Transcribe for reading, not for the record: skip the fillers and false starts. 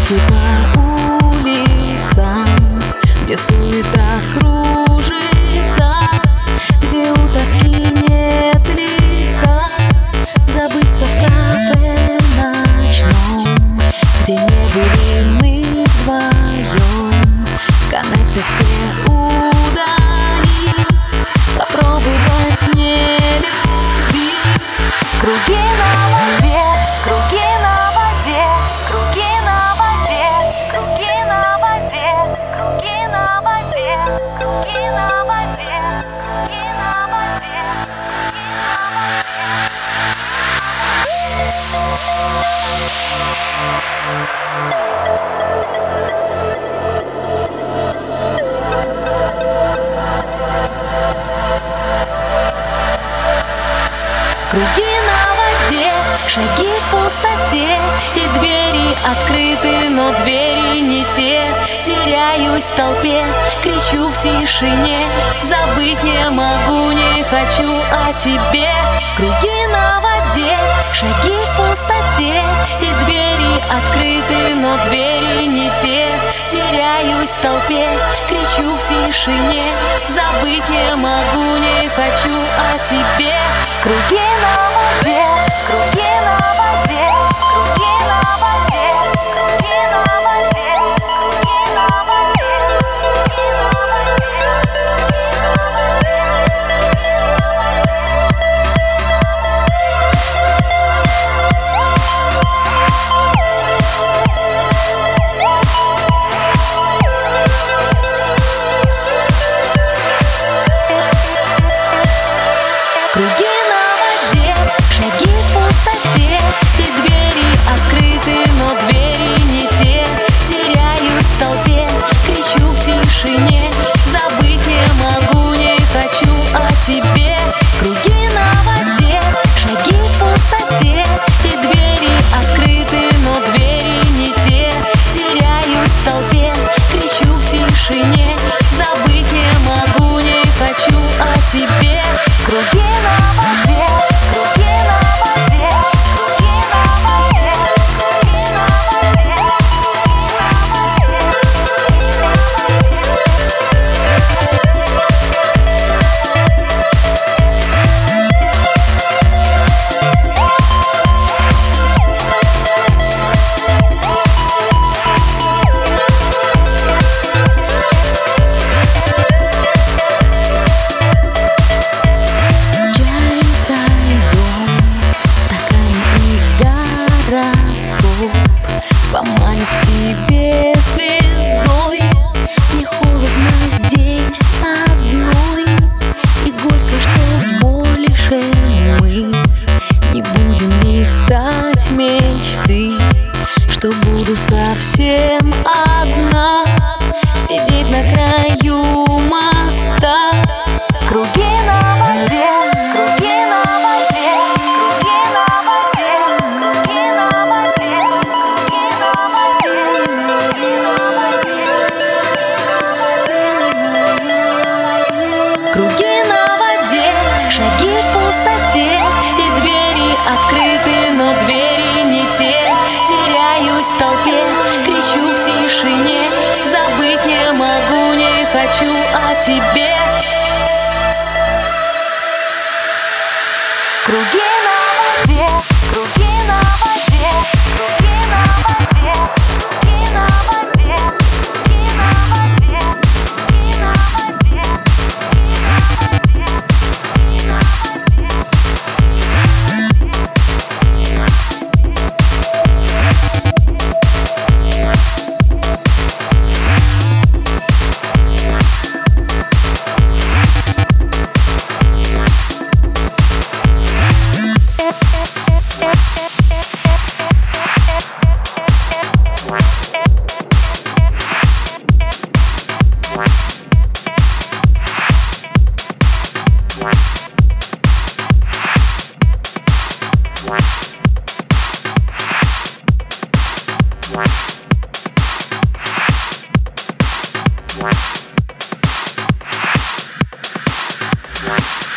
Гулки по улицам, где суета кружится, где у тоски нет лица. Забыться в кафе ночном, где не были мы вдвоем. Коннекты все удалить, попробовать не любить. Круги на воде, круги на воде, круги на воде, круги на воде, круги на воде, круги на воде, круги на воде, круги на воде, шаги в пустоте, и двери открыты, но двери не те. Теряюсь в толпе, кричу в тишине, забыть не могу, не хочу о тебе. Круги на воде, шаги в пустоте, и двери открыты, но двери не те. Теряюсь в толпе, кричу в тишине, забыть не могу, не хочу о тебе. Круги на воде, круги на воде, круги на воде, круги на воде, круги на воде, круги. Шаги в пустоте, и двери открыты, но двери не те. Теряюсь в толпе, кричу в тишине, забыть не могу, не хочу о тебе. Круги на воде, шаги в пустоте, и двери открыты, но двери не те. Теряюсь в толпе, кричу в тишине, забыть не могу, не хочу о тебе. Круги на воде, круги на воде, круги на воде, круги на воде, поманит к тебе звездой. Не холодно здесь одной, и горько, что больше мы не будем листать мечты, что буду совсем одна, сидеть на краю моста. Круги на воде, круги на воде, круги на воде, круги на воде, круги на воде, шаги в пустоте, и двери открыты, но двери не те. Теряюсь в толпе, кричу в тишине, забыть не могу, не хочу о тебе. Круги на воде, круги на воде, круги на воде, круги на воде, круги на воде, круги на воде, круги на What?